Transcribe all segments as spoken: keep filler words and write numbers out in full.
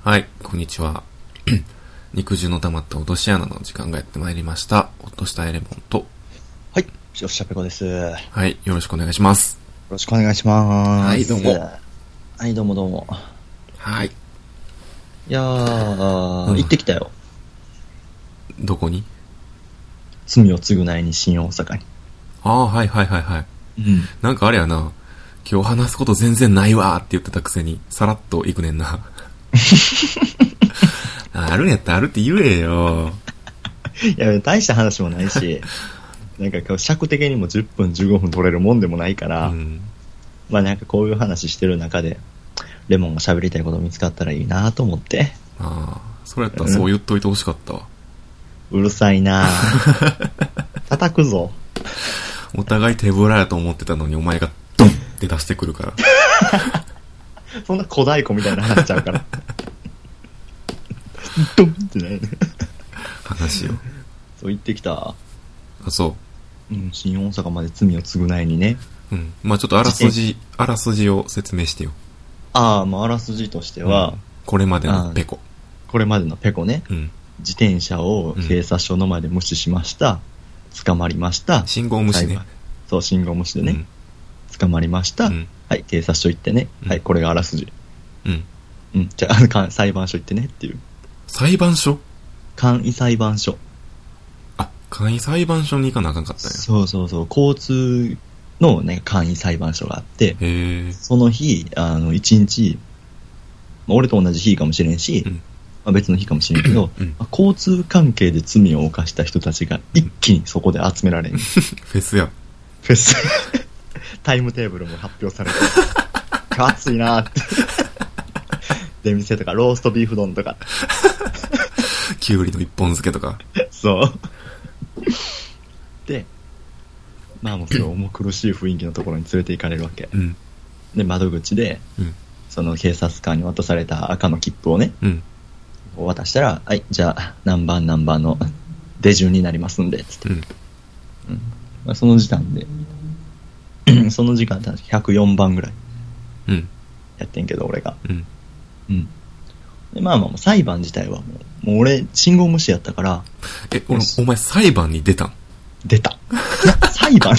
はい、こんにちは。肉汁の溜まった落とし穴の時間がやってまいりました。落としたエレモンと。 はい、よっしゃぺこです。 はい、よろしくお願いします。 よろしくお願いします。 はい、どうも。 はい、どうもどうも。 はい。 いやー、うん、行ってきたよ。 どこに？ 罪を償いに新大阪に。 ああ、はいはいはいはい。 うん。 なんかあれやな、今日話すこと全然ないわーって言ってたくせに、さらっと行くねんな。あるんやったらあるって言えよ。 いや、大した話もないし、なんか今日尺的にもじゅっぷんじゅうごふん取れるもんでもないから、うん、まあなんかこういう話してる中で、レモンが喋りたいこと見つかったらいいなと思って。 ああ、それやったらそう言っといてほしかったわ。 うん、うるさいな叩くぞ。 お互い手ぶらやと思ってたのにお前がドンって出してくるから。 そんな小太鼓みたいな話しちゃうから。ドンってないね。 話を。 そう言ってきた。 あ、そう。 うん、新大阪まで罪を償いにね。 うん。まあちょっとあらすじ、あらすじを説明してよ。 ああ、まああらすじとしては、うん、 これまでのペコ。 これまでのペコね。 うん。 自転車を警察署の前で無視しました。捕まりました。 信号無視ね。 そう、信号無視でね。うん、捕まりました。うん、はい、警察署行ってね。うん、はい、これがあらすじ。 うん。 うん、じゃあ、裁判所行ってねっていう。 裁判所？ 簡易裁判所。 あ、簡易裁判所に行かなあかんかったんや。 そうそうそう。交通のね、簡易裁判所があって、 へその日、あの、一日、まあ、俺と同じ日かもしれんし、うん、まあ、別の日かもしれんけど、うんまあ、交通関係で罪を犯した人たちが一気にそこで集められる。 フェスや。 フェス。タイムテーブルも発表されて、熱いなーって。出店とか、ローストビーフ丼とか。 きゅうりの一本漬けとか。 そう。で、まあもうすごい重苦しい雰囲気のところに連れて行かれるわけ。 うん、 で、窓口で、うん、その警察官に渡された赤の切符をね、 うん、 渡したら、はい、じゃあ、何番何番の出順になりますんで、つって。うんうんまあ、その時間で、その時間でひゃくよんばんぐらい、やってんけど、俺が。 うんうん。でまあまあ、裁判自体はもう、もう俺、信号無視やったから。 え、お, お前裁判に出たん？ 出た。裁判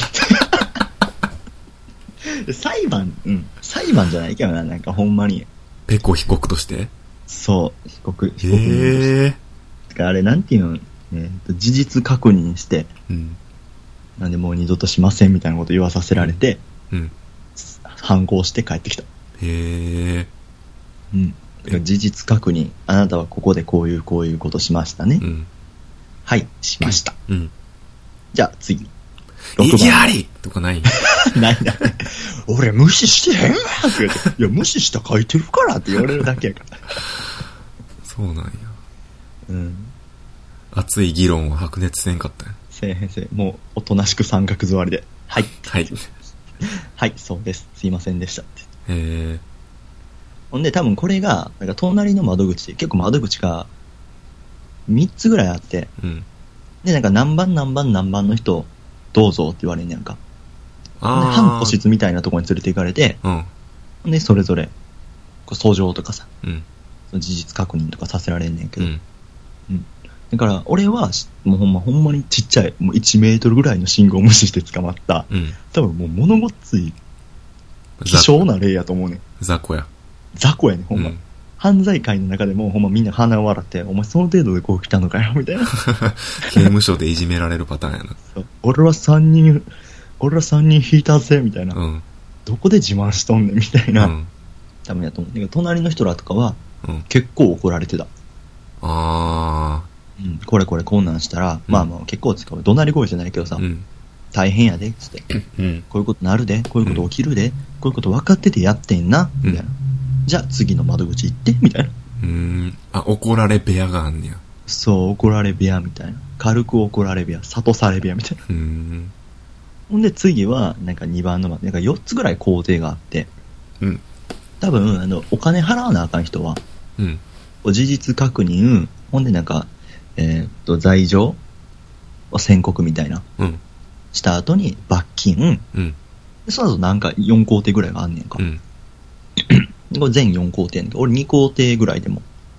裁判、うん。裁判じゃないけどな、なんかほんまに。 ペコ被告として？ そう、被告、被告人として。へー。あれ、なんていうの、えー、と事実確認して、 うん、 なんでもう二度としませんみたいなこと言わさせられて、 うんうん、 反抗して帰ってきた。 へー。 うん。事実確認。あなたはここでこういうこういうことしましたね。 うん、 はい、しました。 うん。 じゃあ次。 意義ありとかないないない。俺無視してへんわって言って、いや無視した書いてるからって言われるだけやから。 そうなんや。 うん。 熱い議論を白熱せんかったんや。 せえへんせえ。もうおとなしく三角座りで。はい。 はい。 はい、そうです。すいませんでしたって。 へー。 ほんで多分これがなんか隣の窓口結構窓口がみっつぐらいあって、 うん、 でなんか何番何番何番の人どうぞって言われんねやんか。 あで半個室みたいなところに連れて行かれて、 うん、 でそれぞれこう訴状とかさ、 うん、 その事実確認とかさせられんねんけど、 うんうん、だから俺はもうほんまほんまにちっちゃいもういちメートルぐらいの信号を無視して捕まった、 うん、 多分もう物ごっつい希少な例やと思うねん。 雑魚や。 雑魚やねん、ほんま、うん。犯罪界の中でもほんまみんな鼻を笑って、お前その程度でこう来たのかよ、みたいな。 刑務所でいじめられるパターンやな。 そう俺は三人、俺は三人引いたぜ、みたいな、 うん。 どこで自慢しとんねん、みたいな。 うん、 多分やと思う。だから隣の人らとかは、 うん、 結構怒られてた。 あー。うん。これこれこんなんしたら、うん、まあまあ結構使う。怒鳴り声じゃないけどさ、うん、大変やで、つって、 うん。 こういうことなるで、こういうこと起きるで、うん、こういうこと分かっててやってんな、みたいな。うんじゃあ次の窓口行ってみたいな。 うーん。あ、怒られ部屋があんねや。 そう、怒られ部屋みたいな。軽く怒られ部屋、諭され部屋みたいな。 うーん。 ほんで次は、なんかにばんの、なんかよっつぐらい工程があって。 うん。 多分、あの、お金払わなあかん人は、 うん。 事実確認、ほんでなんか、えー、っと、罪状を宣告みたいな。 うん。 した後に罰金。 うん。 でその後なんかよん工程ぐらいがあんねんか。 うん。 これ全よん工程やんか。俺に工程ぐらいでも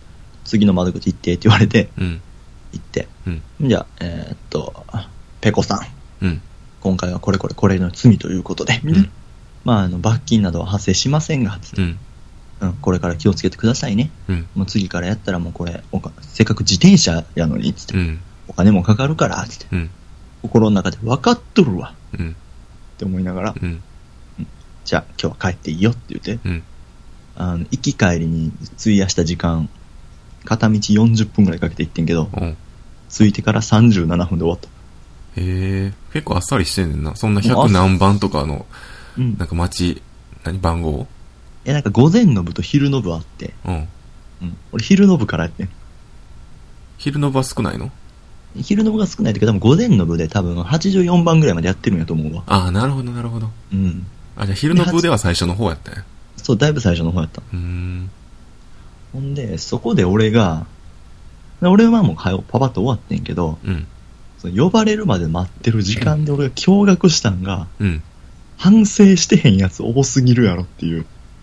次の窓口行ってって言われて、 うん。 行って、 うん。 じゃあ、えー、っと、ペコさん。 うん。 今回はこれこれこれの罪ということで、みたいな。まあ、あの、罰金などは発生しませんが、つって。うん。うん、これから気をつけてくださいね。うん。もう次からやったらもうこれ、おかせっかく自転車やのに、つって。うん。お金もかかるから、つって。うん。心の中で分かっとるわ。うん。って思いながら、うん。じゃあ今日は帰っていいよって言って、うん。あの、行き帰りに費やした時間、片道よんじゅっぷんぐらいかけて行ってんけど、うん。着いてからさんじゅうななふんで終わった。 へえ、結構あっさりしてんねんな。そんなひゃく何番とかの、うん、なんか街、何番号？ え、なんか午前の部と昼の部あって、うん。うん。俺昼の部からやってん。 昼の部は少ないの？ 昼の部が少ないけど、多分午前の部で多分はちじゅうよんばんぐらいまでやってるんやと思うわ。 ああ、なるほどなるほど。うん。あ、じゃあ昼の部では最初の方やったんや。 そう、だいぶ最初の方やった。うーん。ほんで、そこで俺が、俺はもうパパッと終わってんけど、うん。その呼ばれるまで待ってる時間で俺が驚愕したんが、うん。反省してへんやつ多すぎるやろっていう。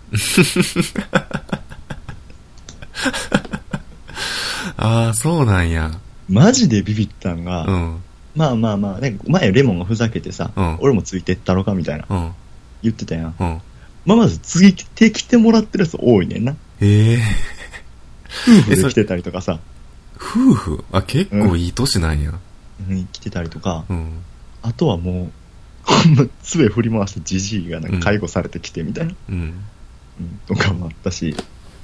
ああ、そうなんや。 マジでビビったんが、うん、まあまあまあ、ね、前レモンがふざけてさ、うん、俺もついてったろかみたいな、うん、言ってたやん。うん、まあまずついてきてもらってるやつ多いねんな。へえ。夫婦で来てたりとかさ。 夫婦あ、結構いい年なんや。 うん、来てたりとか、うん、あとはもう、ほんま杖振り回したジジイがなんか介護されてきてみたいな、うんうん、とかもあったし、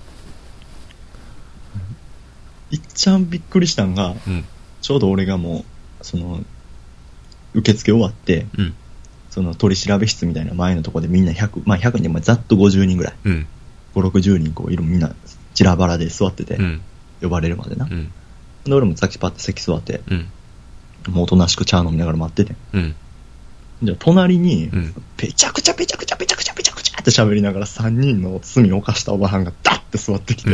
いっちゃんびっくりしたんが、うん、ちょうど俺がもうその受付終わって、うん、その取り調べ室みたいな前のところでみんなひゃく、まあ、ひゃくにん、まあ、ざっとごじゅうにんぐらい、うん、ごじゅうろくじゅうにんこういるみんな散らばらで座ってて、うん、呼ばれるまでな、うん、で俺も先パッと席座って、うん、もうおとなしく茶飲みながら待ってて、うん、じゃあ隣に、うん、ぺちゃくちゃぺちゃくちゃぺちゃくちゃぺちゃくちゃって喋りながらさんにんの罪を犯したおばはんがダッて座ってきて、うん、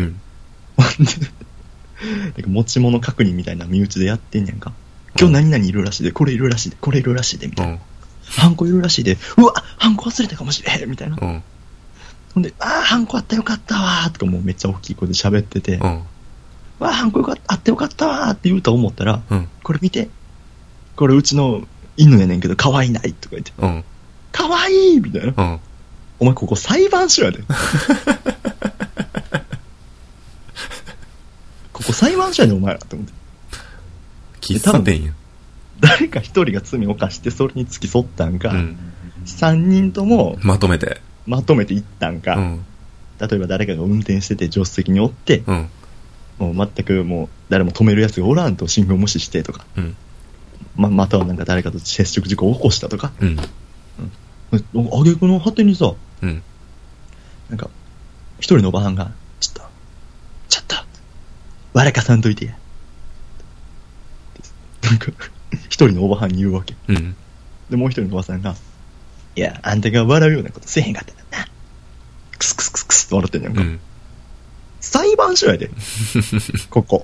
持ち物確認みたいな身内でやってんねんか。今日何々いるらしいで、これいるらしいで、これいるらしいで、みたいな。うん、ハンコいるらしいで、うわハンコ忘れたかもしれへん、みたいな。うん、ほんで、あー、ハンコあったよかったわーとかもうめっちゃ大きい声で喋ってて、うん、わー、ハンコよかった、あってよかったわーって言うと思ったら、うん、これ見て、これうちの犬やねんけど可愛いないとか言って、うん、可愛いみたいな、うん、お前ここ裁判所やで。ここ裁判所やでお前らって思って。 喫茶店や。 誰か一人が罪を犯してそれに付き添ったんか、うん、さんにんともまとめてまとめていったんか、うん、例えば誰かが運転してて助手席におって、うん、もう全くもう誰も止めるやつがおらんと信号無視してとか、うん、ま, またはなんか誰かと接触事故を起こしたとか、うんうん、挙句の果てにさ、うん、なんか一人のおばはんがちょっとちょっと笑かさんといてや、なんか一人のおばはんに言うわけ、うん、でもう一人のおばさんがいやあんたが笑うようなことせえへんかったらなクスクスクスクスって笑ってんやんか、うん、裁判所やでここ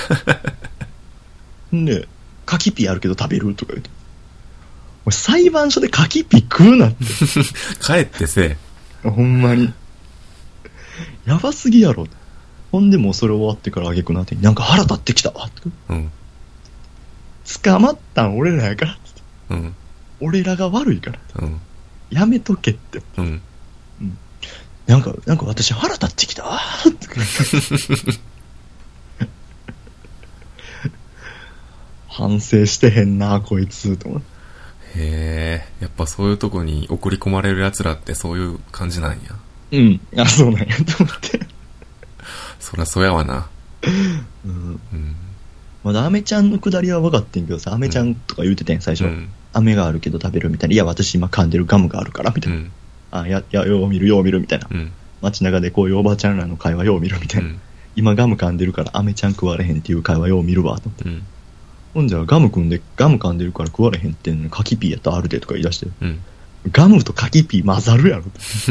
んで柿ピーあるけど食べるとか言って、俺裁判所で柿ピー食うなって帰ってせえほんまにやばすぎやろ。ほんでもうそれ終わってからあげくなってなんか腹立ってきたわって、うん、捕まったん俺らやからって、うん、俺らが悪いから、うん、やめとけって、うんうん、なんかなんか私腹立ってきたわって反省してへんなこいつと思って。 へえ、やっぱそういうとこに送り込まれる奴らってそういう感じなんや。 うん、あ、そうなんやと思ってそりゃそうやわな。 うん、うん、まだアメちゃんのくだりは分かってんけどさ、アメちゃんとか言うててん最初、うん、飴があるけど食べるみたいな、いや私今噛んでるガムがあるからみたいな、うん、あ、や、や、よう見るよう見るみたいな、うん、街中でこういうおばちゃんらの会話よう見るみたいな、うん、今ガム噛んでるからアメちゃん食われへんっていう会話よう見るわと思って、うん、ほんじゃガム噛んでガム噛んでるから食われへんってんのにカキピーやったらあるでとか言い出して、うん、ガムとカキピー混ざるやろ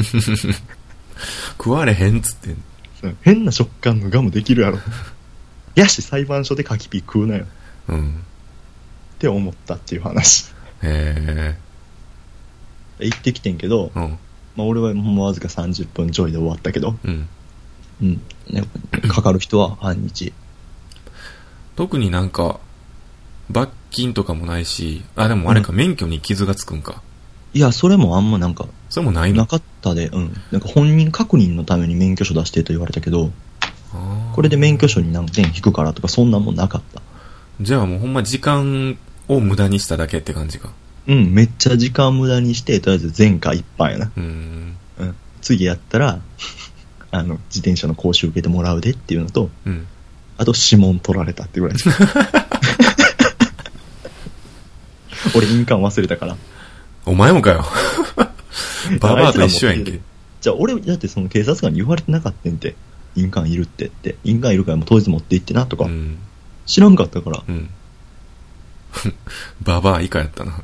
食われへんっつってん、 変な食感のガムできるやろやし裁判所でカキピー食うなよ、うん、って思ったっていう話。へえ。行ってきてんけど、うん、まあ、俺はもうわずかさんじゅっぷんちょいで終わったけど、うんうんね、かかる人は半日特になんか、罰金とかもないし、あ、でもあれか、 うん、 免許に傷がつくんか。 いや、それもあんまなんか、 それもないの？ なかったで、うん。なんか本人確認のために免許証出してと言われたけど、これで免許証に何点引くからとかそんなんもなかった。 じゃあもうほんま時間を無駄にしただけって感じか。 うん、めっちゃ時間無駄にして、とりあえず前科一般やな。 うーん。 うん。次やったら、あの、自転車の講習受けてもらうでっていうのと、 うん。 あと指紋取られたっていうぐらい。俺印鑑忘れたから。 お前もかよ。ババアと一緒やんけ。 じゃあ俺、だってその警察官に言われてなかったんて、印鑑いるってって。印鑑いるからもう当日持って行ってなとか。うん、知らんかったから。うん。 ババア以下やったな。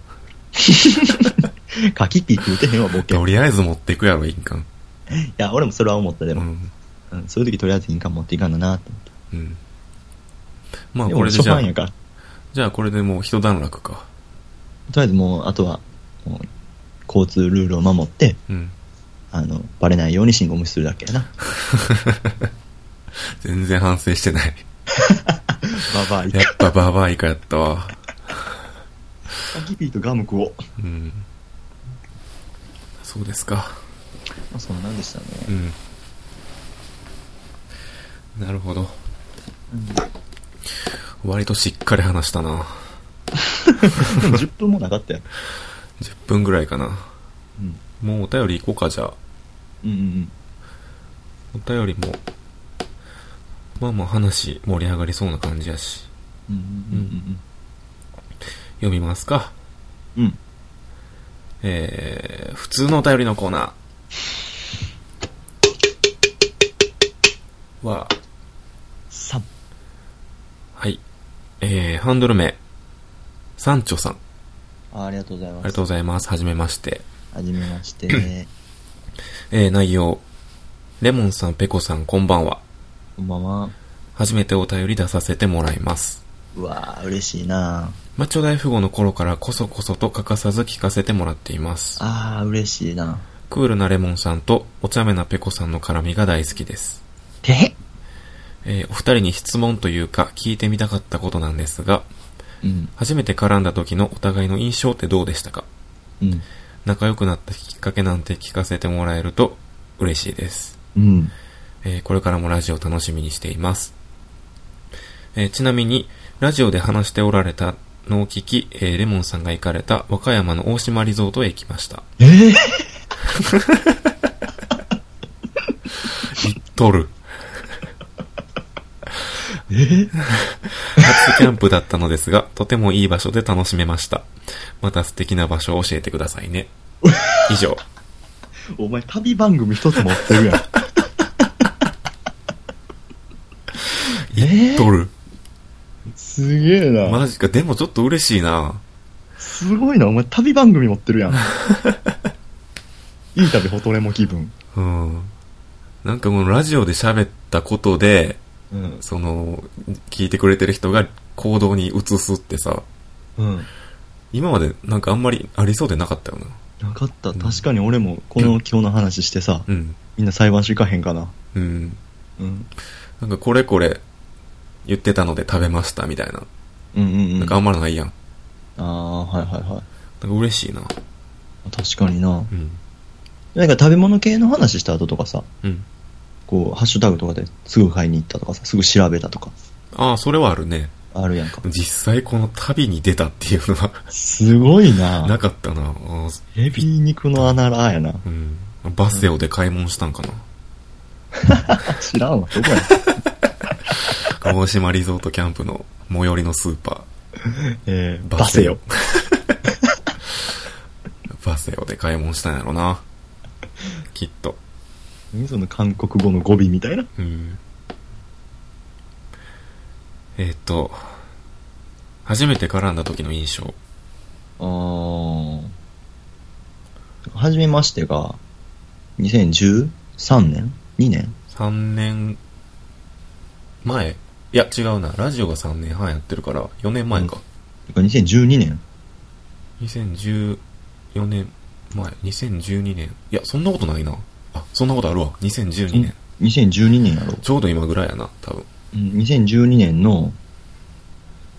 カキピーって言うてへんわ、ボケ。 とりあえず持っていくやろ、印鑑。 いや、俺もそれは思ったでも。うんうん、そういう時とりあえず印鑑持っていかんだなと思って。うん。 まあこれでじゃあ、じゃあこれでもう一段落か。 とりあえずもう、あとは、もう交通ルールを守って、うん、あの、バレないように信号無視するだけやな。 全然反省してない。 ババアイカ。 やっぱババアイカやったわ。 カキピーとガム食おう。うん。 そうですか。 まあ、そんなんでしたね。 うん。なるほど。うん、割としっかり話したな。 じゅっぷんもなかったよ。 じゅっぷんぐらいかな。うん、もうお便り行こうか、じゃあ。うんうんうん。お便りも、まあまあ話盛り上がりそうな感じやし。うんうんうんうん。読みますか。うん。えー、普通のお便りのコーナーは、 さん。 はい。えー、ハンドル名、サンチョさん。 あ、ありがとうございます。 ありがとうございます。はじめまして。 はじめまして。 えー、内容。レモンさん、ペコさん、こんばんは。 こんばんは。 初めてお便り出させてもらいます。 うわー、嬉しいな。 マッチョ大富豪の頃からこそこそと欠かさず聞かせてもらっています。 あー、嬉しいな。 クールなレモンさんとお茶目なペコさんの絡みが大好きです。 てえー、お二人に質問というか聞いてみたかったことなんですが、うん、初めて絡んだ時のお互いの印象ってどうでしたか？うん、仲良くなったきっかけなんて聞かせてもらえると嬉しいです。うん、えー、これからもラジオ楽しみにしています。えー、ちなみにラジオで話しておられたのを聞き、えー、レモンさんが行かれた和歌山の大島リゾートへ行きました。 えー、 行っとる。 えー、 初キャンプだったのですが、とてもいい場所で楽しめました。また素敵な場所を教えてくださいね。以上。 お前旅番組一つ持ってるやん。 行っとる。 えー、すげえな。 マジか。でもちょっと嬉しいな。 すごいな。お前旅番組持ってるやん。いい旅ホトレモ気分。 うん。なんかこのラジオで喋ったことで、うん、その聞いてくれてる人が行動に移すってさ、うん、今までなんかあんまりありそうでなかったよな。なかった。確かに俺もこの今日の話してさ、うん、みんな裁判所行かへんかな。うん。 うん。なんかこれこれ言ってたので食べましたみたいな。うんうんうん。なんかあんまりないやん。 ああ、はいはいはい。 なんか嬉しいな。 確かにな。うん。なんか食べ物系の話した後とかさ、うん。こうハッシュタグとかですぐ買いに行ったとかさ、すぐ調べたとか。 ああ、それはあるね。 あるやんか。 実際この旅に出たっていうのはすごいな。 なかったな。 ヘビー肉の穴らやな。 うん。バセオで買い物したんかな。 知らんわ。どこや。 大島リゾートキャンプの最寄りのスーパー。えー、バセオ。 バセオで買い物したんやろな。きっと。 何その韓国語の語尾みたいな。うん。 えっと、初めて絡んだ時の印象。 ああ。はじめましてが、にせんじゅうさんねん ?に 年 ? さん 年前いや違うな。ラジオがさんねんはんやってるからよねんまえか。 うん、にせんじゅうにねんにせんじゅうよねんまえ。にせんじゅうにねん。いや、そんなことないな。あ、そんなことあるわ。にせんじゅうにねん。 にせんじゅうにねんやろ。 ちょうど今ぐらいやな、多分。 うん、にせんじゅうにねんの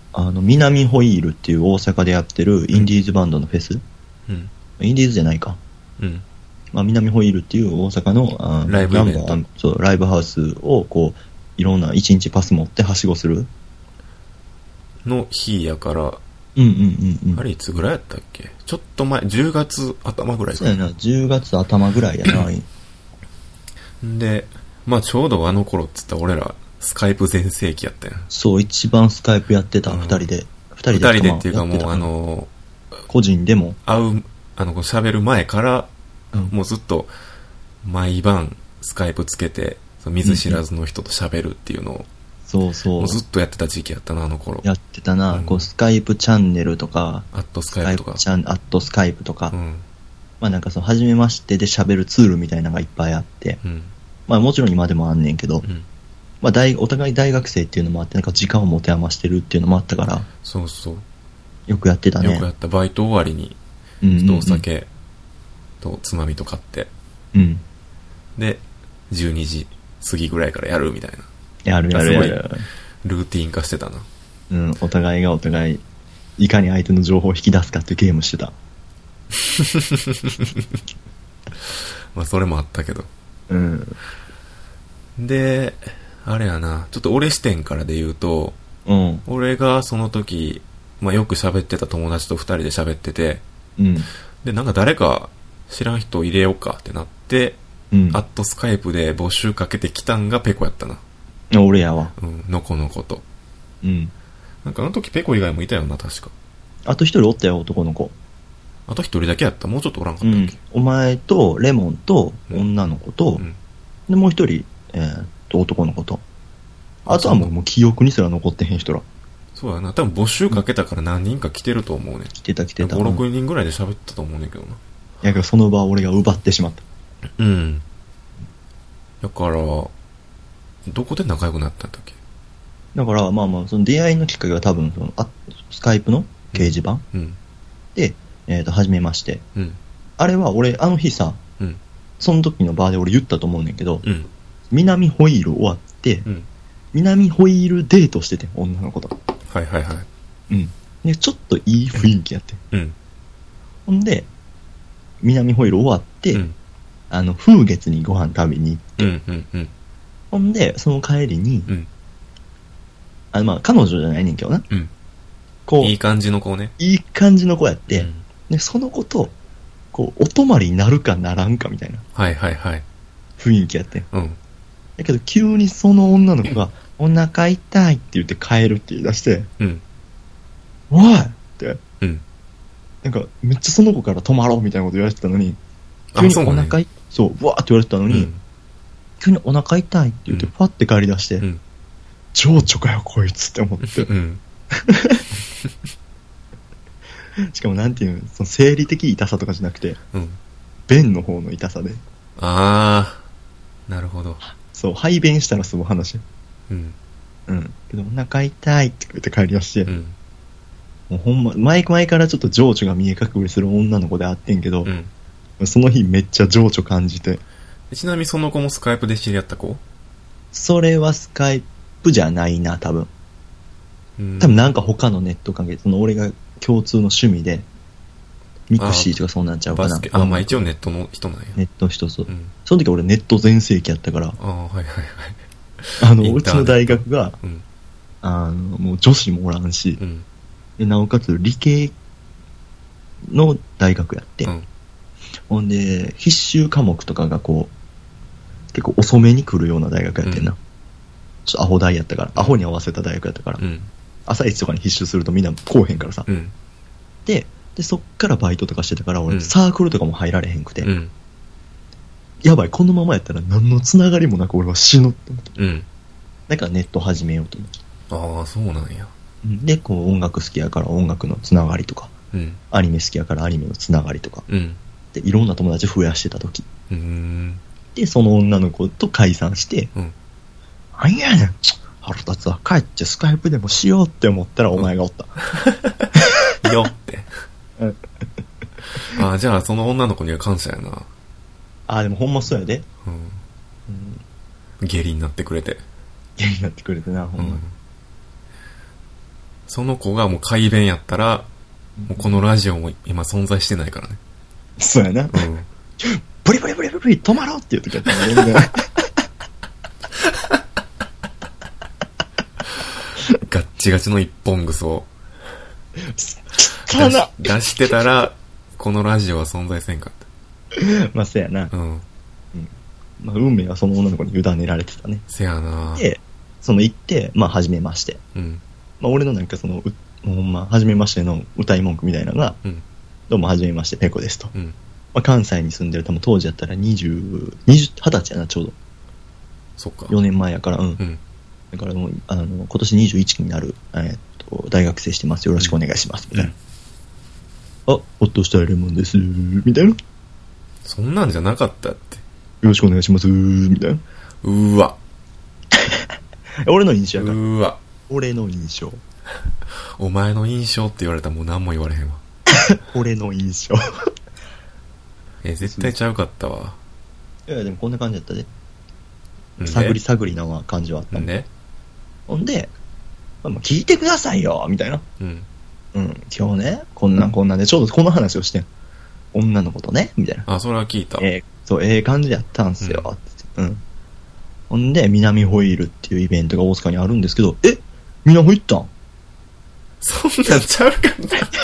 あの、南ホイールっていう大阪でやってるインディーズバンドのフェス、うん、インディーズじゃないか。うん。まあ、南ホイールっていう大阪の、あライブイベント。 そう、ライブハウスをこう、いろんな一日パス持ってはしごする。 の日やから、 うんうんうんうん。 あれいつぐらいやったっけ？ちょっと前、じゅうがつ頭ぐらいかな。そうやな、じゅうがつ頭ぐらいやな。 で、まあちょうどあの頃っつったら俺ら、スカイプ全盛期やったやん。 そう、一番スカイプやってた、二、うん、人で。 二人で。二人でっていうかもう、あのー、個人でも。 会う、あの、喋る前から、うん、もうずっと、毎晩、スカイプつけて、見ず知らずの人と喋るっていうのを、うん、 そうそう。 もうずっとやってた時期やったな、あの頃。 やってたな、うん、こう、スカイプチャンネルとか、 アットスカイプとか。 スカイプチャン、アットスカイプとか、うん、まあなんかその、初めましてで喋るツールみたいなのがいっぱいあって、うん、まあもちろん今でもあんねんけど、うん、まあ大、お互い大学生っていうのもあって、なんか時間を持て余してるっていうのもあったから、 そうそう。 よくやってたね。 よくやった。バイト終わりに、ちょっとお酒とつまみと買って、うん。で、じゅうにじ過ぎぐらいからやるみたいな。 やるやるやる。 ルーティン化してたな。 うん、お互いがお互い、いかに相手の情報を引き出すかっていうゲームしてた。 まあ、それもあったけど。 うん。 で、あれやな、ちょっと俺視点からで言うと、 うん。 俺がその時、まあ、よく喋ってた友達と二人で喋ってて、 うん。 で、なんか誰か知らん人入れようかってなって、うん。アットスカイプで募集かけてきたんがペコやったな。 俺やわ。 うん、のこのこと。 うん。 なんかあの時ペコ以外もいたよな、確か。 あと一人おったよ、男の子。 あと一人だけやった？もうちょっとおらんかったっけ？うん、 お前と、レモンと、女の子と、うん、で、もう一人、えー、っと、男の子と。あとはもう、もう記憶にすら残ってへん人ら。 そうやな。多分募集かけたから何人か来てると思うね。 来てた来てた。 ご、ろくにんぐらいで喋ったと思うねんけどな。いやけどその場は俺が奪ってしまった。 うん。だから、どこで仲良くなったんだっけ？ だから、まあまあ、その出会いのきっかけは多分、そのあスカイプの掲示板、 うん、 で、えっ、ー、と、初めまして、 うん。 あれは俺、あの日さ、 うん、 その時の場で俺言ったと思うねんけど、 うん、 南ホイール終わって、 うん、 南ホイールデートしてて、女の子と。 はいはいはい。 うん。で、ちょっといい雰囲気やって。 うん。 ほんで、南ホイール終わって、うん、あの、風月にご飯食べに行って、 うんうんうん、 ほんで、その帰りに、 うん、 あの、まあ、彼女じゃないねんけどな。 うん。こう。いい感じの子ね。 いい感じの子やって、うん、で、その子と、こう、お泊まりになるかならんかみたいな。 はいはいはい。 雰囲気やって。 うん。 だけど、急にその女の子が、お腹痛いって言って帰るって言い出して、 うん。 おいって、 うん。 なんか、めっちゃその子から泊まろうみたいなこと言われてたのに、急にお腹い、そう、うわーって言われてたのに、うん、急にお腹痛いって言って、ファって帰り出して、うん、情緒かよ、こいつって思って。 うん、 しかもなんていうの、その生理的痛さとかじゃなくて、 うん、 便の方の痛さで。 あー、なるほど。 そう、排便したらその話。 うん。 うん。けど、お腹痛いって言って帰り出して、 うん、 もうほんま、前々からちょっと情緒が見え隠れする女の子であってんけど、うん、その日めっちゃ情緒感じて。 ちなみにその子もスカイプで知り合った子？ それはスカイプじゃないな、多分。うん、多分なんか他のネット関係、その俺が共通の趣味で、ミクシーとかそうなっちゃうかな。 バスケ、あ、まあ一応ネットの人なんや。 ネットの人、そう。うん、その時俺ネット全盛期やったから。 ああ、はいはいはい。 あの、うちの大学が、 うん、 あの、もう女子もおらんし、 うん、 でなおかつ理系の大学やって、うん、ほんで、必修科目とかがこう、結構遅めに来るような大学やってんな。うん、ちょっとアホ大やったから、アホに合わせた大学やったから、 うん、 朝一とかに必修するとみんな来おへんからさ。 うん、 で、で、そっからバイトとかしてたから、俺、うん、サークルとかも入られへんくて、 うん、 やばい、このままやったら何のつながりもなく俺は死ぬって思った。 うん。 だからネット始めようと思って。 ああ、そうなんや。 で、こう音楽好きやから音楽のつながりとか、 うん、 アニメ好きやからアニメのつながりとか、 うん、 で、いろんな友達増やしてた時。 うーん。 で、その女の子と解散して、 うん。 なんやねん、腹立つわ、帰ってスカイプでもしようって思ったらお前がおった。 うん、よって。ああ、じゃあその女の子には感謝やな。 ああ、でもほんまそうやで。 うん。うん、下痢になってくれて。 下痢になってくれてな、ほんまに。うん、 その子がもう改弁やったら、もうこのラジオも今存在してないからね。 そうやな。うん。ブリブリブリブリ止まろうっていう時やったら全然。 ガッチガチの一本ぐそを出し、 出してたら、このラジオは存在せんかった。 まあ、せやな。 うん。うん、 まあ、運命はその女の子に委ねられてたね。 せやな。 で、その行って、まあ、初めまして。 うん。 まあ、俺のなんかその、もうほんま、初めましての歌い文句みたいなのが、うん、どうも初めまして、ペコですと。うん、まあ、関西に住んでる、多分当時やったら二十、二十、二十歳やな、ちょうど。そっか。よねんまえやから、うん。うん、だからもう、あの、今年にじゅういちになる、えー、っと、大学生してます。よろしくお願いします。みたいな。うん、あ、ほっとしたレモンです。みたいな。 そんなんじゃなかったって。よろしくお願いします。みたいな。 うーわ。 俺の印象やから。 うーわ。 俺の印象。 お前の印象って言われたらもう何も言われへんわ。 俺の印象。 え、絶対ちゃうかったわ。 いや、でもこんな感じだったで。探り探りな感じはあったんで。ほんで、まあ、聞いてくださいよみたいな。うん。うん。今日ね、こんなんこんなんで、ちょうどこの話をしてん。女の子とね、みたいな。 あ、それは聞いた。 えー、そう、ええー、感じやったんすよ。うん。うん。ほんで、南ホイールっていうイベントが大阪にあるんですけど、え南ホイ行ったんそんなんちゃうかな。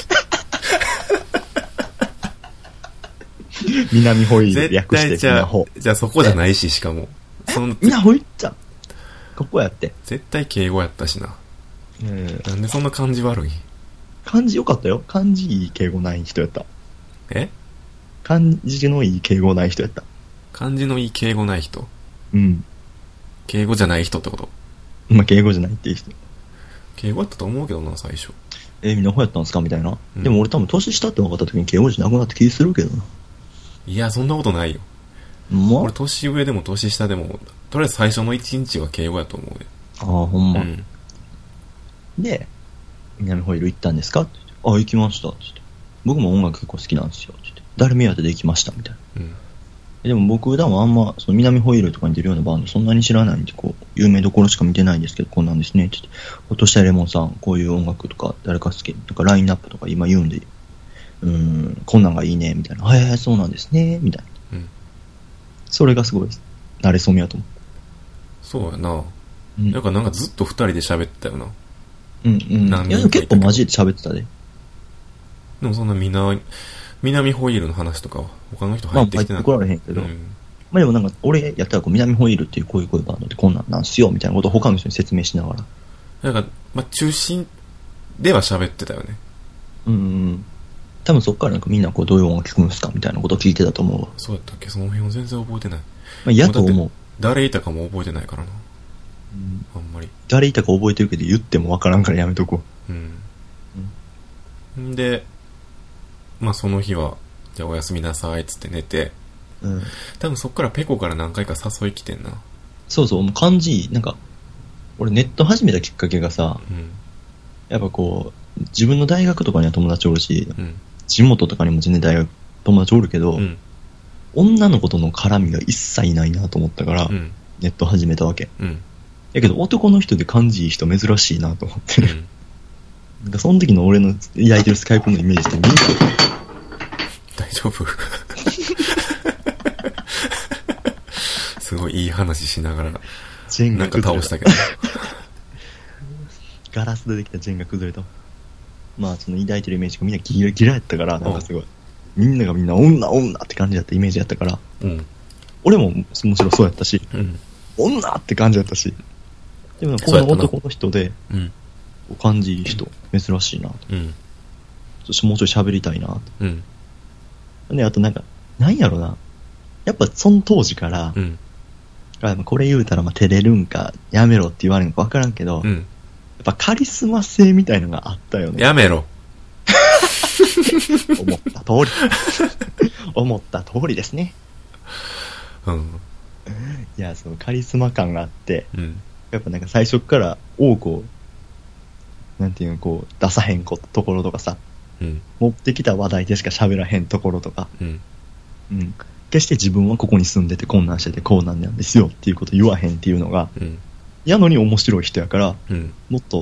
南ホイール略してじゃあ、じゃあそこじゃないし、しかも。 その南ホイ行ったんここやって。 絶対敬語やったしな。うん。なんでそんな感じ悪い？ 感じ良かったよ。感じいい敬語ない人やった。 え？ 感じのいい敬語ない人やった。 感じのいい敬語ない人？ うん。 敬語じゃない人ってこと？ まあ、敬語じゃないっていう人。 敬語やったと思うけどな、最初。 えー、みんなほやったんすかみたいな、うん。でも俺多分年下って分かった時に敬語じゃなくなって気するけどな。 いや、そんなことないよ。ま、俺年上でも年下でも、とりあえず最初の一日は敬語やと思うで。 ああ、ほんま。うん、で、南ホイール行ったんですかって言って、ああ、行きましたって言って。僕も音楽結構好きなんですよって言って。誰目当てで行きましたみたいな。うん、でも僕でもあんま、その南ホイールとかに出るようなバンドそんなに知らないんで、こう、有名どころしか見てないんですけど、こんなんですねって言って。ほっとしたレモンさん、こういう音楽とか誰か好きとかラインナップとか今言うんで、うーん、こんなんがいいね、みたいな。はいはい、そうなんですね、みたいな。うん、それがすごいです。慣れそめやと思う。 そうやな。うん、なんかなんかずっと二人で喋ってたよな。 うんうん。いやでも結構マジで喋ってたで。 でもそんなみんな、南ホイールの話とかは他の人入ってきてない。 まあ、入ってこられへんけど。うん、まあでもなんか俺やったらこう南ホイールっていうこういうこういうバンドってこんなんなんすよみたいなことを他の人に説明しながら。 なんか、まあ中心では喋ってたよね。 うんうん。多分そっからなんかみんなこうどういう音楽聴くんですかみたいなことを聞いてたと思うわ。 そうやったっけ？その辺を全然覚えてない。まあ嫌と思う。 誰いたかも覚えてないからな。うん、あんまり。 誰いたか覚えてるけど言ってもわからんからやめとこう。うん。 うん、で、まあその日は、じゃあおやすみなさいっつって寝て、うん。多分そっからペコから何回か誘い来てんな。 そうそう、もう感じ、なんか、俺ネット始めたきっかけがさ、うん、やっぱこう、自分の大学とかには友達おるし、うん、地元とかにも全然大学友達おるけど、うん、女の子との絡みが一切ないなと思ったから、うん、ネット始めたわけ。うん、やけど男の人で感じいい人珍しいなと思って、うん、なんかその時の俺の焼いてるスカイプのイメージってみんな大丈夫すごいいい話しながらなんか倒したけどガラスでできたジェンが崩れた。まあその抱いてるイメージがみんなギラギラやったから、なんかすごいみんながみんな女女って感じだったイメージやったから、うん、俺ももちろんそうやったし、うん、女って感じだったし、でもこの男の人で、うん、感じいい人、うん、珍しいなと、うん、そしてもうちょい喋りたいなと、うん、であとなんかなんやろな、やっぱその当時から、うん、これ言うたらまあ照れるんかやめろって言われるのか分からんけど、うん、やっぱカリスマ性みたいのがあったよね。 やめろ思った通り思った通りですね。うん。いや、そのカリスマ感があって、うん、やっぱなんか最初から多くなんていうのこう出さへんこところとかさ、うん、持ってきた話題でしか喋らへんところとか、うんうん、決して自分はここに住んでてこんなんしててこうなんですよっていうこと言わへんっていうのが、うん、やのに面白い人やから、うん、もっと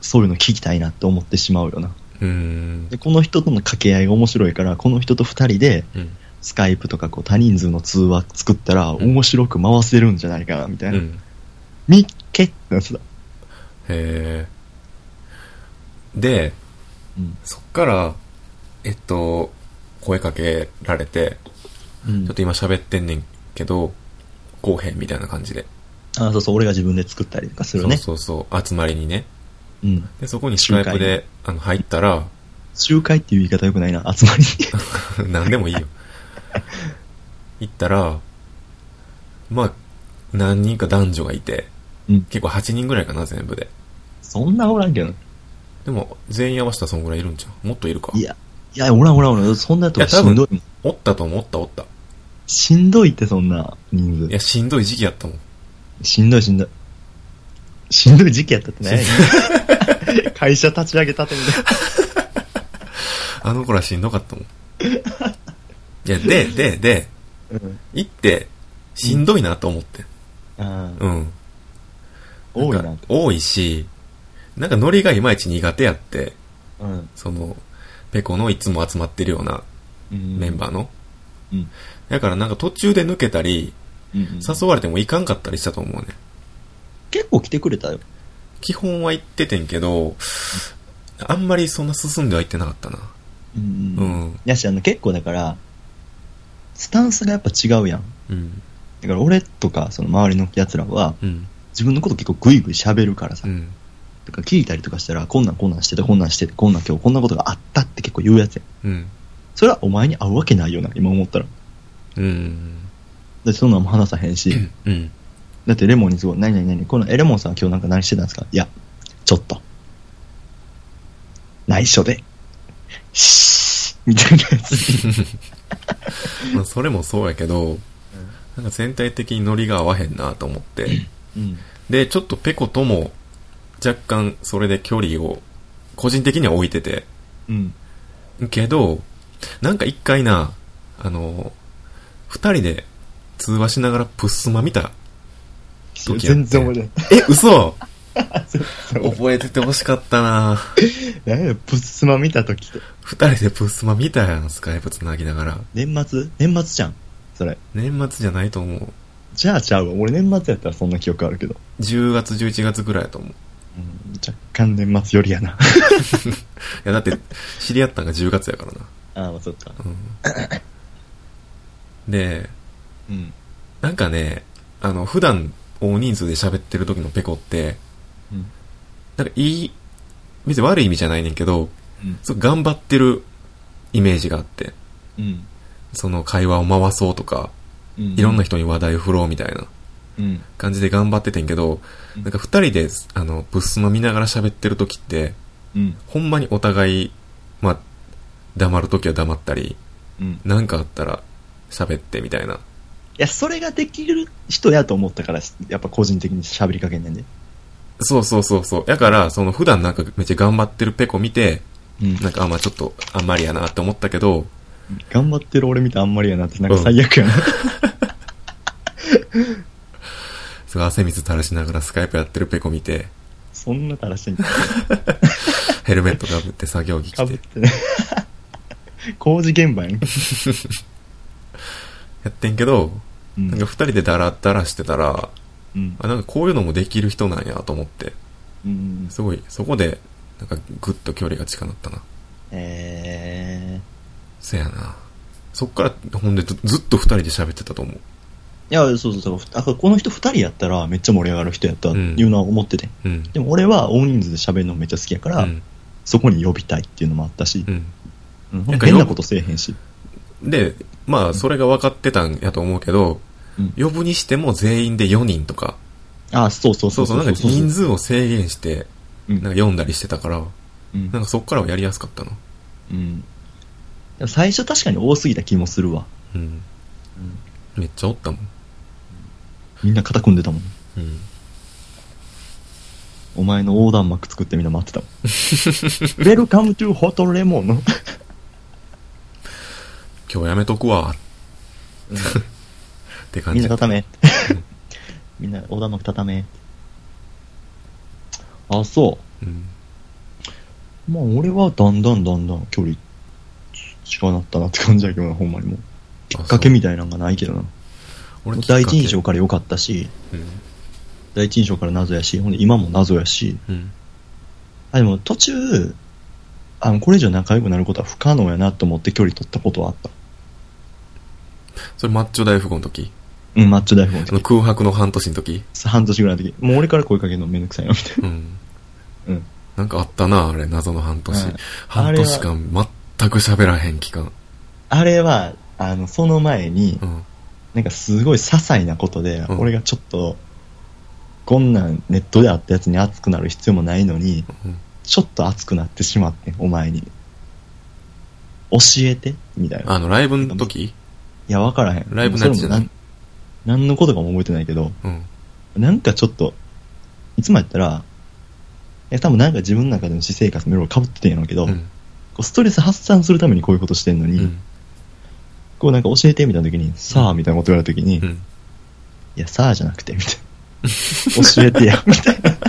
そういうの聞きたいなって思ってしまうよな。 うーん。 で、この人との掛け合いが面白いから、この人と二人で、 うん。 スカイプとかこう多人数の通話作ったら、面白く回せるんじゃないかな、みたいな。うん。みっけってやつだ。 へー。で、うん、そっから、えっと、声かけられて、うん、ちょっと今喋ってんねんけど、こうへんみたいな感じで。 あ、そうそう、俺が自分で作ったりとかするね。 そうそうそう、集まりにね。うん。で、そこにスカイプであの入ったら、 集会っていう言い方よくないな、集まりに。なんでもいいよ。行ったら、まあ、何人か男女がいて、うん、結構はちにんぐらいかな、全部で。 そんなおらんけど。 でも、全員合わせたらそんぐらいいるんじゃん。もっといるか。 いや、いや、おらんおらんおらん。そんなやつはしんどいもん。 おったと思った、おった。 しんどいって、そんな人数。 いや、しんどい時期やったもん。 しんどいしんどい。しんどい時期やったってね。会社立ち上げたてみたいな。 あの頃はしんどかったもん。いや、で、で、で、うん、行って、しんどいなと思って。うん。うん。 多いな。 多いし、なんかノリがいまいち苦手やって、うん、その、ペコのいつも集まってるようなメンバーの。うん。だからなんか途中で抜けたり、うんうん、誘われても行かんかったりしたと思うね。 結構来てくれたよ。 基本は行っててんけど、うん、あんまりそんな進んでは行ってなかったな。 うん。うん。やし、あの結構だから、スタンスがやっぱ違うやん。うん。だから俺とかその周りの奴らは、うん、自分のこと結構グイグイ喋るからさ。うん。だから聞いたりとかしたら、こんなんこんなんしてて、こんなんしてて、こんなん今日こんなことがあったって結構言うやつや。うん。それはお前に会うわけないよな、今思ったら。うん。で、そんなんも話さへんし。うん。だってレモンにすごい、何々何このエレモンさんは今日なんか何してたんですか？いや、ちょっと。内緒で。シーみたいなやつ。 まあそれもそうやけど、うん、なんか全体的にノリが合わへんなと思って。うん。で、ちょっとペコとも、若干それで距離を個人的には置いてて、うん、けどなんか一回なあの二人で通話しながらプッスマ見た時やって。 全然覚えてない。 え、嘘覚えててほしかったな。 何やプッスマ見た時って二人でプッスマ見たやん、スカイプつなぎながら。 年末年末じゃんそれ。 年末じゃないと思う。 じゃあちゃうわ、俺年末やったらそんな記憶あるけどじゅうがつじゅういちがつぐらいやと思う。 うん、若干年末よりやな。いやだって知り合ったんがじゅうがつやからな。 ああ、まあそっか。うん、 で、うん、なんかね、あの普段大人数で喋ってる時のペコって、うん、なんかいい、別に悪い意味じゃないねんけど、うん、すごい頑張ってるイメージがあって、うん、その会話を回そうとか、うんうん、いろんな人に話題を振ろうみたいな。うん、感じで頑張っててんけど、うん、なんか二人であのブスマ見ながら喋ってる時って、うん、ほんまにお互いまあ黙る時は黙ったり、うん、なんかあったら喋ってみたいな。いや、それができる人やと思ったからやっぱ個人的に喋りかけんねんで。 そうそうそうそう。だからその普段なんかめっちゃ頑張ってるペコ見て、うん、なんかあまあちょっとあんまりやなって思ったけど、 頑張ってる俺見てあんまりやなってなんか最悪やな。 うん汗水垂らしながらスカイプやってるペコ見て、 そんな垂らしてんヘルメットかぶって作業着着てかぶってね。 工事現場やん。やってんけど、うん、なんか二人でダラダラしてたら、うん、あなんかこういうのもできる人なんやと思って、うん、すごいそこでなんかグッと距離が近くなったな。へえー。せやな。そっからほんでずっと二人で喋ってたと思う。 いや、そうそうそう。あ、この人二人やったらめっちゃ盛り上がる人やったっていうのは思ってて、うん、でも俺は大人数で喋るのめっちゃ好きやから、うん、そこに呼びたいっていうのもあったし、うんうん、変なことせえへんし。 で、まあそれが分かってたんやと思うけど、うん、呼ぶにしても全員でよにんとか、 あ、そうそうそうそうそう、なんか人数を制限して、なんか読んだりしてたから、うん、なんかそっからはやりやすかったな。うん。 でも最初確かに多すぎた気もするわ。うん。うん、 めっちゃおったもん。 みんな肩組んでたもん。うん。お前の横断幕作ってみんな待ってたもん。ウェルカムトゥホトレモンの。 今日やめとくわ。うん、って感じ。 みんな畳め。みんな横断幕畳め。あ、そう。うん。 まあ俺はだんだんだんだん距離近なったなって感じだけどな、ほんまにもう。きっかけみたいなのがないけどな。俺第一印象から良かったし、うん、第一印象から謎やし、ほんで今も謎やし、うん、あ、でも途中、あの、これ以上仲良くなることは不可能やなと思って距離取ったことはあった。 それマッチョ大富豪の時？ うん、マッチョ大富豪の時。 空白の半年の時？ 半年ぐらいの時。もう俺から声かけるのめんどくさいな、みたいな。うん。 うん。なんかあったな、あれ、謎の半年。はい、半年間全く喋らへん期間。 あれは、あの、その前に、うん、なんかすごい些細なことで、うん、俺がちょっと、こんなんネットで会ったやつに熱くなる必要もないのに、うん、ちょっと熱くなってしまって、お前に。教えてみたいな。 あの、ライブの時？いや、わからへん。 ライブのやつじゃない？ 何のことかも覚えてないけど、うん、なんかちょっと、いつもやったら、いや、多分なんか自分の中での私生活もいろいろ被っててんやろうけど、うん、こうストレス発散するためにこういうことしてんのに、うん、こうなんか教えてみたいな時に、さあみたいなこと言われた時に、うん、いや、さあじゃなくて、みたいな。教えてや、みたいな。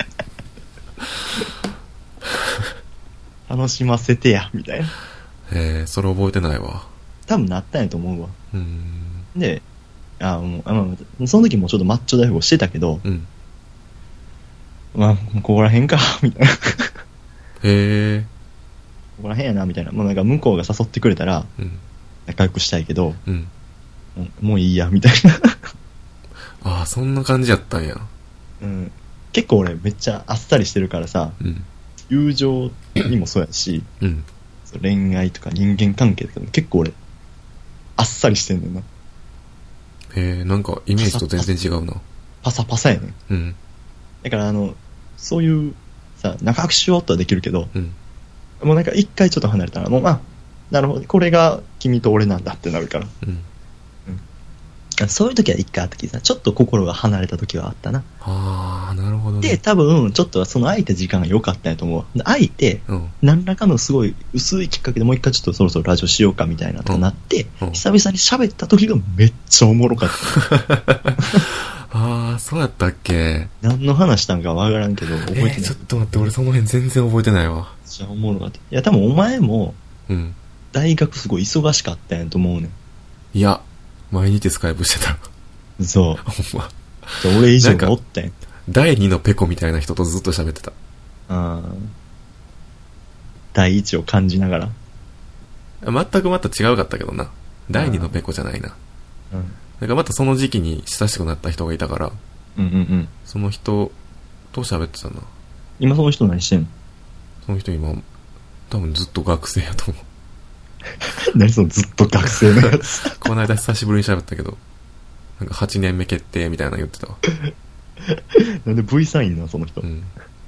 楽しませてや、みたいな。 へえ、それ覚えてないわ。 多分なったんやと思うわ。うん。で、あ、もう、あ、まあ、その時もちょっとマッチョ大富豪してたけど、うん、まあ、ここら辺か、みたいな。へえ。 ここら辺やな、みたいな。もうなんか向こうが誘ってくれたら、仲良くしたいけど、うん、もう、もういいや、みたいな。ああ、そんな感じやったんや。 うん。結構俺めっちゃあっさりしてるからさ、うん、友情にもそうやし、うん、恋愛とか人間関係とかも結構俺、あっさりしてんねんな。 へえ、なんかイメージと全然違うな。 パサパサやねん。うん。だからあの、そういうさ、仲良くしようとはできるけど、うん、もうなんか一回ちょっと離れたら、もうまあ、なるほど、これが君と俺なんだってなるから。うん。うん、そういう時は一回あったきさ、ちょっと心が離れた時はあったな。 ああ、なるほどね。 で、多分、ちょっとその空いた時間が良かったんやと思う。空いて、うん、何らかのすごい薄いきっかけでもう一回ちょっとそろそろラジオしようかみたいなとなって、うんうん、久々に喋った時がめっちゃおもろかった。 ああ、そうやったっけ？ 何の話したんかわからんけど、覚えてない。えー、 ちょっと待って、俺その辺全然覚えてないわ。めっちゃおもろかった。いや、多分お前も、うん、大学すごい忙しかったんやと思うねん。 いや、毎日スカイプしてた。 そう。 ほんま。 じゃ俺以上におったんや。 第二のペコみたいな人とずっと喋ってた。 ああ。第一を感じながら。 全くまた違うかったけどな。第二のペコじゃないな。うん。なんかまたその時期に親しくなった人がいたから、うんうんうん。その人と喋ってたな。 今その人何してんの？ その人今、多分ずっと学生やと思う。 何そのずっと学生のやつ。 この間久しぶりに喋ったけど、なんかはちねんめ決定みたいなの言ってたわ。 なんで ブイ サインなその人。うん、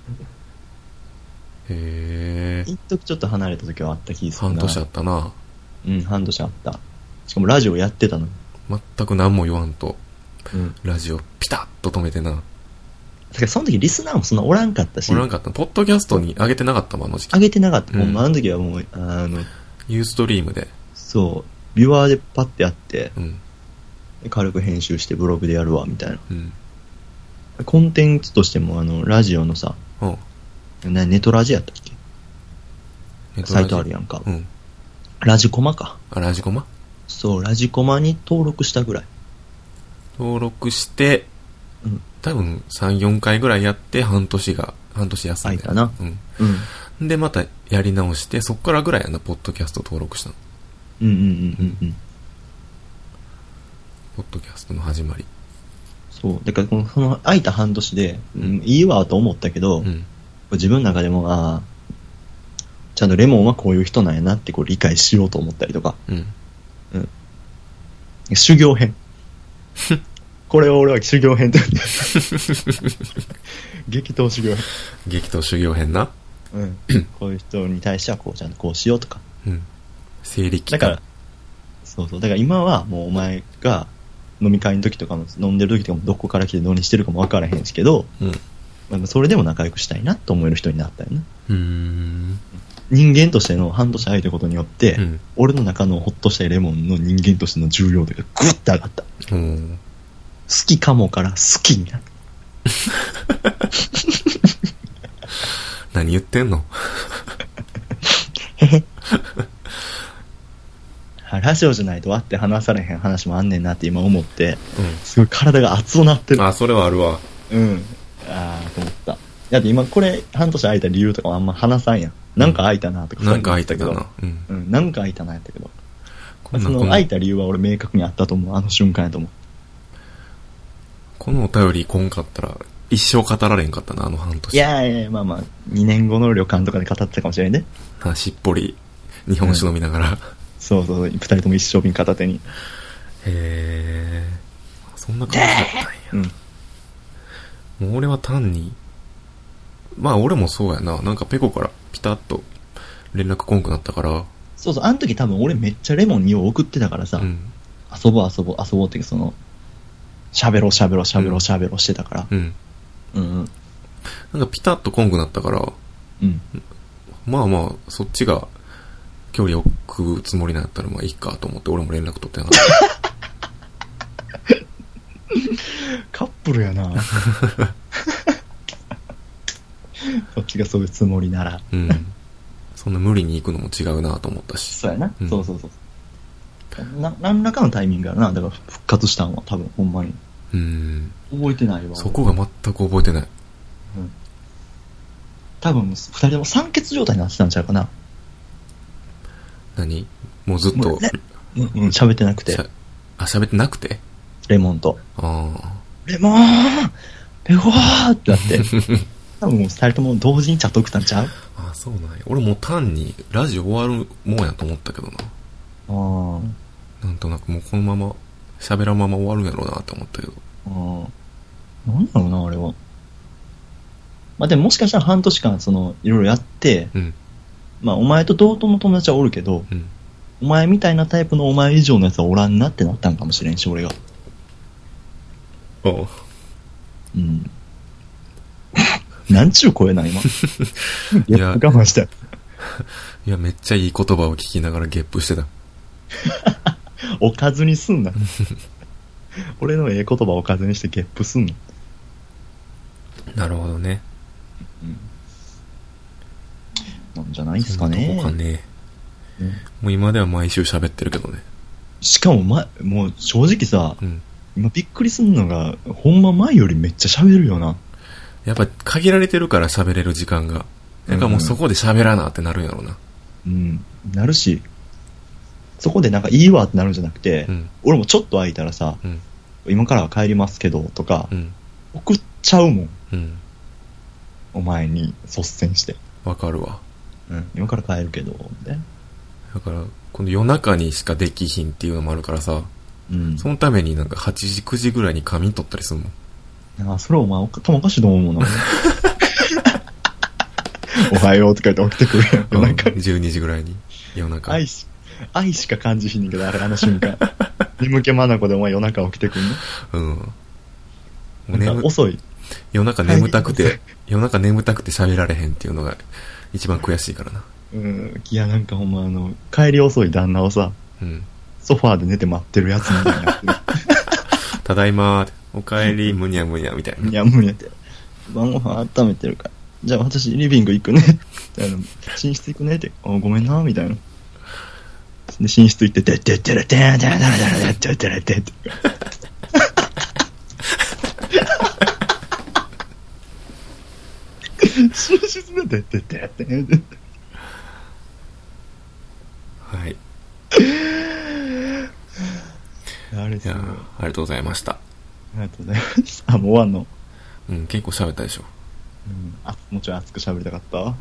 へえ。 一時ちょっと離れた時はあった気がするな。 半年あったな。 うん、半年あった。しかもラジオやってたの。 全く何も言わんと、うん、ラジオピタッと止めてな。だからその時リスナーもそんなおらんかったし。 おらんかった。ポッドキャストに上げてなかったもん、あの時期。 上げてなかった。うん、もうあの時はもう、あの、 ユーストリームで。 そう。ビュアーでパッてやって、うん、軽く編集してブログでやるわ、みたいな。うん、コンテンツとしても、あの、ラジオのさ、うん、なネトラジやったっけ？ネトラジサイトあるやんか。うん、ラジコマか。 あ、ラジコマ？ そう、ラジコマに登録したぐらい。 登録して、うん、多分さん、よんかいぐらいやって半年が、半年休んで。 空いたな。うん。 うん。で、またやり直して、そっからぐらいやな、ポッドキャスト登録したの。 うんうんうんうんうん。 ポッドキャストの始まり。 そう。だからこの、その空いた半年で、うん、いいわと思ったけど、うん、自分の中でも、ああ、ちゃんとレモンはこういう人なんやなってこう理解しようと思ったりとか。うん。うん。修行編。これを俺は修行編って激闘修行編。 激闘修行編な。 うん。こういう人に対してはこうちゃんとこうしようとか。うん。 整理期間。 だから、そうそう。だから今はもうお前が飲み会の時とかも飲んでる時とかもどこから来て何してるかも分からへんしけど、うん。まあ、それでも仲良くしたいなと思える人になったよね。うーん。人間としての半年空いたことによって、うん、俺の中のホッとしたいレモンの人間としての重要度がグッて上がった。うん、好きかもから好きになる。 何言ってんの？ ラジオじゃないと割って話されへん話もあんねんなって今思って、うん、すごい体が熱くなってる。 あ、それはあるわ。 うん。ああ、と思った。だって今これ半年空いた理由とかもあんま話さんやん。なんか空いたなとか、 うん。なんか空いたかな。 うん。うん、なんか空いたなやったけど。こその空いた理由は俺明確にあったと思う。あの瞬間やと思う。 このお便り来んかったら一生語られんかったな、あの半年。 いやいや、まあまあ、にねんごの旅館とかで語ってたかもしれんね。 あ、しっぽり日本酒飲みながら、うん。 そうそう、二人とも一生瓶片手に。 へー。そんな感じだったんや。うん。もう俺は単に、まあ俺もそうやな。なんかペコからピタッと連絡こんくなったから。 そうそう、あの時多分俺めっちゃレモンにを送ってたからさ、うん、遊ぼう遊ぼう遊ぼうっていうその、喋ろう喋ろう喋ろう喋ろうしてたから。うん。うんうん。 なんかピタッとこんくなったから、うん。まあまあ、そっちが距離を置くつもりなんやったらまあいいかと思って俺も連絡取ってなかった。 カップルやな。そっちがそういうつもりなら。うん。 そんな無理に行くのも違うなと思ったし。 そうやな。うん、そうそうそう。な、何らかのタイミングやな。だから復活したんは多分ほんまに。うん。覚えてないわ。 そこが全く覚えてない。うん。 多分、二人とも酸欠状態になってたんちゃうかな。 何？もうずっと。 うん、うん、喋ってなくて。 あ、喋ってなくて？ レモンと。ああ。レモンペコーってなって。多分もう二人とも同時にチャット送ったんちゃう？ ああ、そうなんや。俺もう単にラジオ終わるもんやと思ったけどな。ああ。なんとなくもうこのまま喋らんまま終わるんやろうなって思ったけど。 ああ。なんだろうな、あれは。まあでももしかしたら半年間そのいろいろやって、うん、まあお前と同等の友達はおるけど、うん、お前みたいなタイプのお前以上のやつはおらんなってなったんかもしれんし、俺が。おう。うん。なんちゅう声なん今。ゲップ我慢したよ。 いや、めっちゃいい言葉を聞きながらゲップしてた。 おかずにすんな。俺のええ言葉をおかずにしてゲップすんな。 なるほどね。 うん、なんじゃないですかね。 そうかね、うん。もう今では毎週喋ってるけどね。 しかも、ま、もう正直さ、うん、今びっくりすんのが、ほんま前よりめっちゃ喋るよな。 やっぱ限られてるから喋れる時間が。なんかもうそこで喋らなってなるんやろうな。 うん。なるし、そこでなんかいいわってなるんじゃなくて、うん、俺もちょっと空いたらさ、うん、今からは帰りますけどとか、うん、送っちゃうもん。うん、お前に率先して。 わかるわ。 うん。今から帰るけど、ね。 だから、この夜中にしかできひんっていうのもあるからさ、うん、そのためになんかはちじ、くじぐらいに仮眠取ったりするもん。 ああ、それお前、頭おかしいと思うもんな。おはようとか言って起きてくるやん、夜中に。 じゅうにじぐらいに、夜中。 愛し、愛しか感じひんねんけど、あれ、あの瞬間。眠気まなこでお前夜中起きてくるの。うん。なんか遅い。 夜中眠たくて、はい、夜中眠たくて喋られへんっていうのが一番悔しいからな。 うん。いや、なんかほんまあの、帰り遅い旦那をさ、うん、ソファーで寝て待ってるやつみたいになってる。 ただいまー、おかえり、むにゃむにゃみたいな。 むにゃむにゃって。晩ご飯温めてるから。じゃあ私リビング行くね。寝室行くねって。あ、ごめんな、みたいな。で、寝室行って、てってってれてんてんてんてんてんてんてんって。寝室でてってってってんてん。 はい。 あれ、いや、 ありがとうございました。ありがとうございます。あ、もう終わんの？ うん、結構喋ったでしょ。 うん、あ、もうちょい熱く喋りたかった。うん、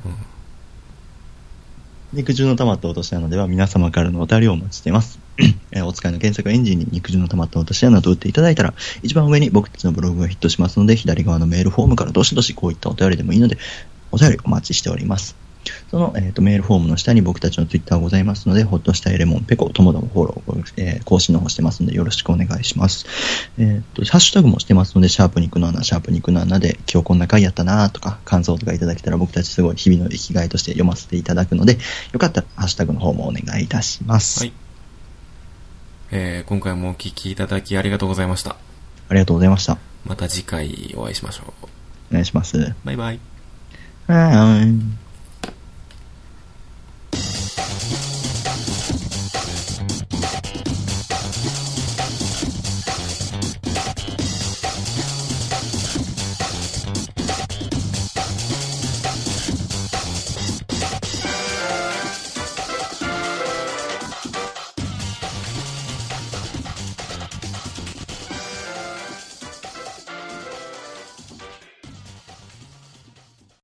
肉汁の溜まった落とし穴では皆様からのお便りをお待ちしています。えー、お使いの検索エンジンに肉汁の溜まった落とし穴と打っていただいたら、一番上に僕たちのブログがヒットしますので、左側のメールフォームからどしどしこういったお便りでもいいので、お便りお待ちしております。その、えーと、メールフォームの下に僕たちのツイッターございますので、ほっとしたいレモンペコ、ともどもフォロー、えー、更新の方してますのでよろしくお願いします。えっ、ー、と、ハッシュタグもしてますので、シャープ肉の穴、シャープ肉の穴で、今日こんな回やったなとか、感想とかいただけたら僕たちすごい日々の生きがいとして読ませていただくので、よかったらハッシュタグの方もお願いいたします。はい。 えー、今回もお聞きいただきありがとうございました。 ありがとうございました。 また次回お会いしましょう。 お願いします。 バイバイ。 はーい。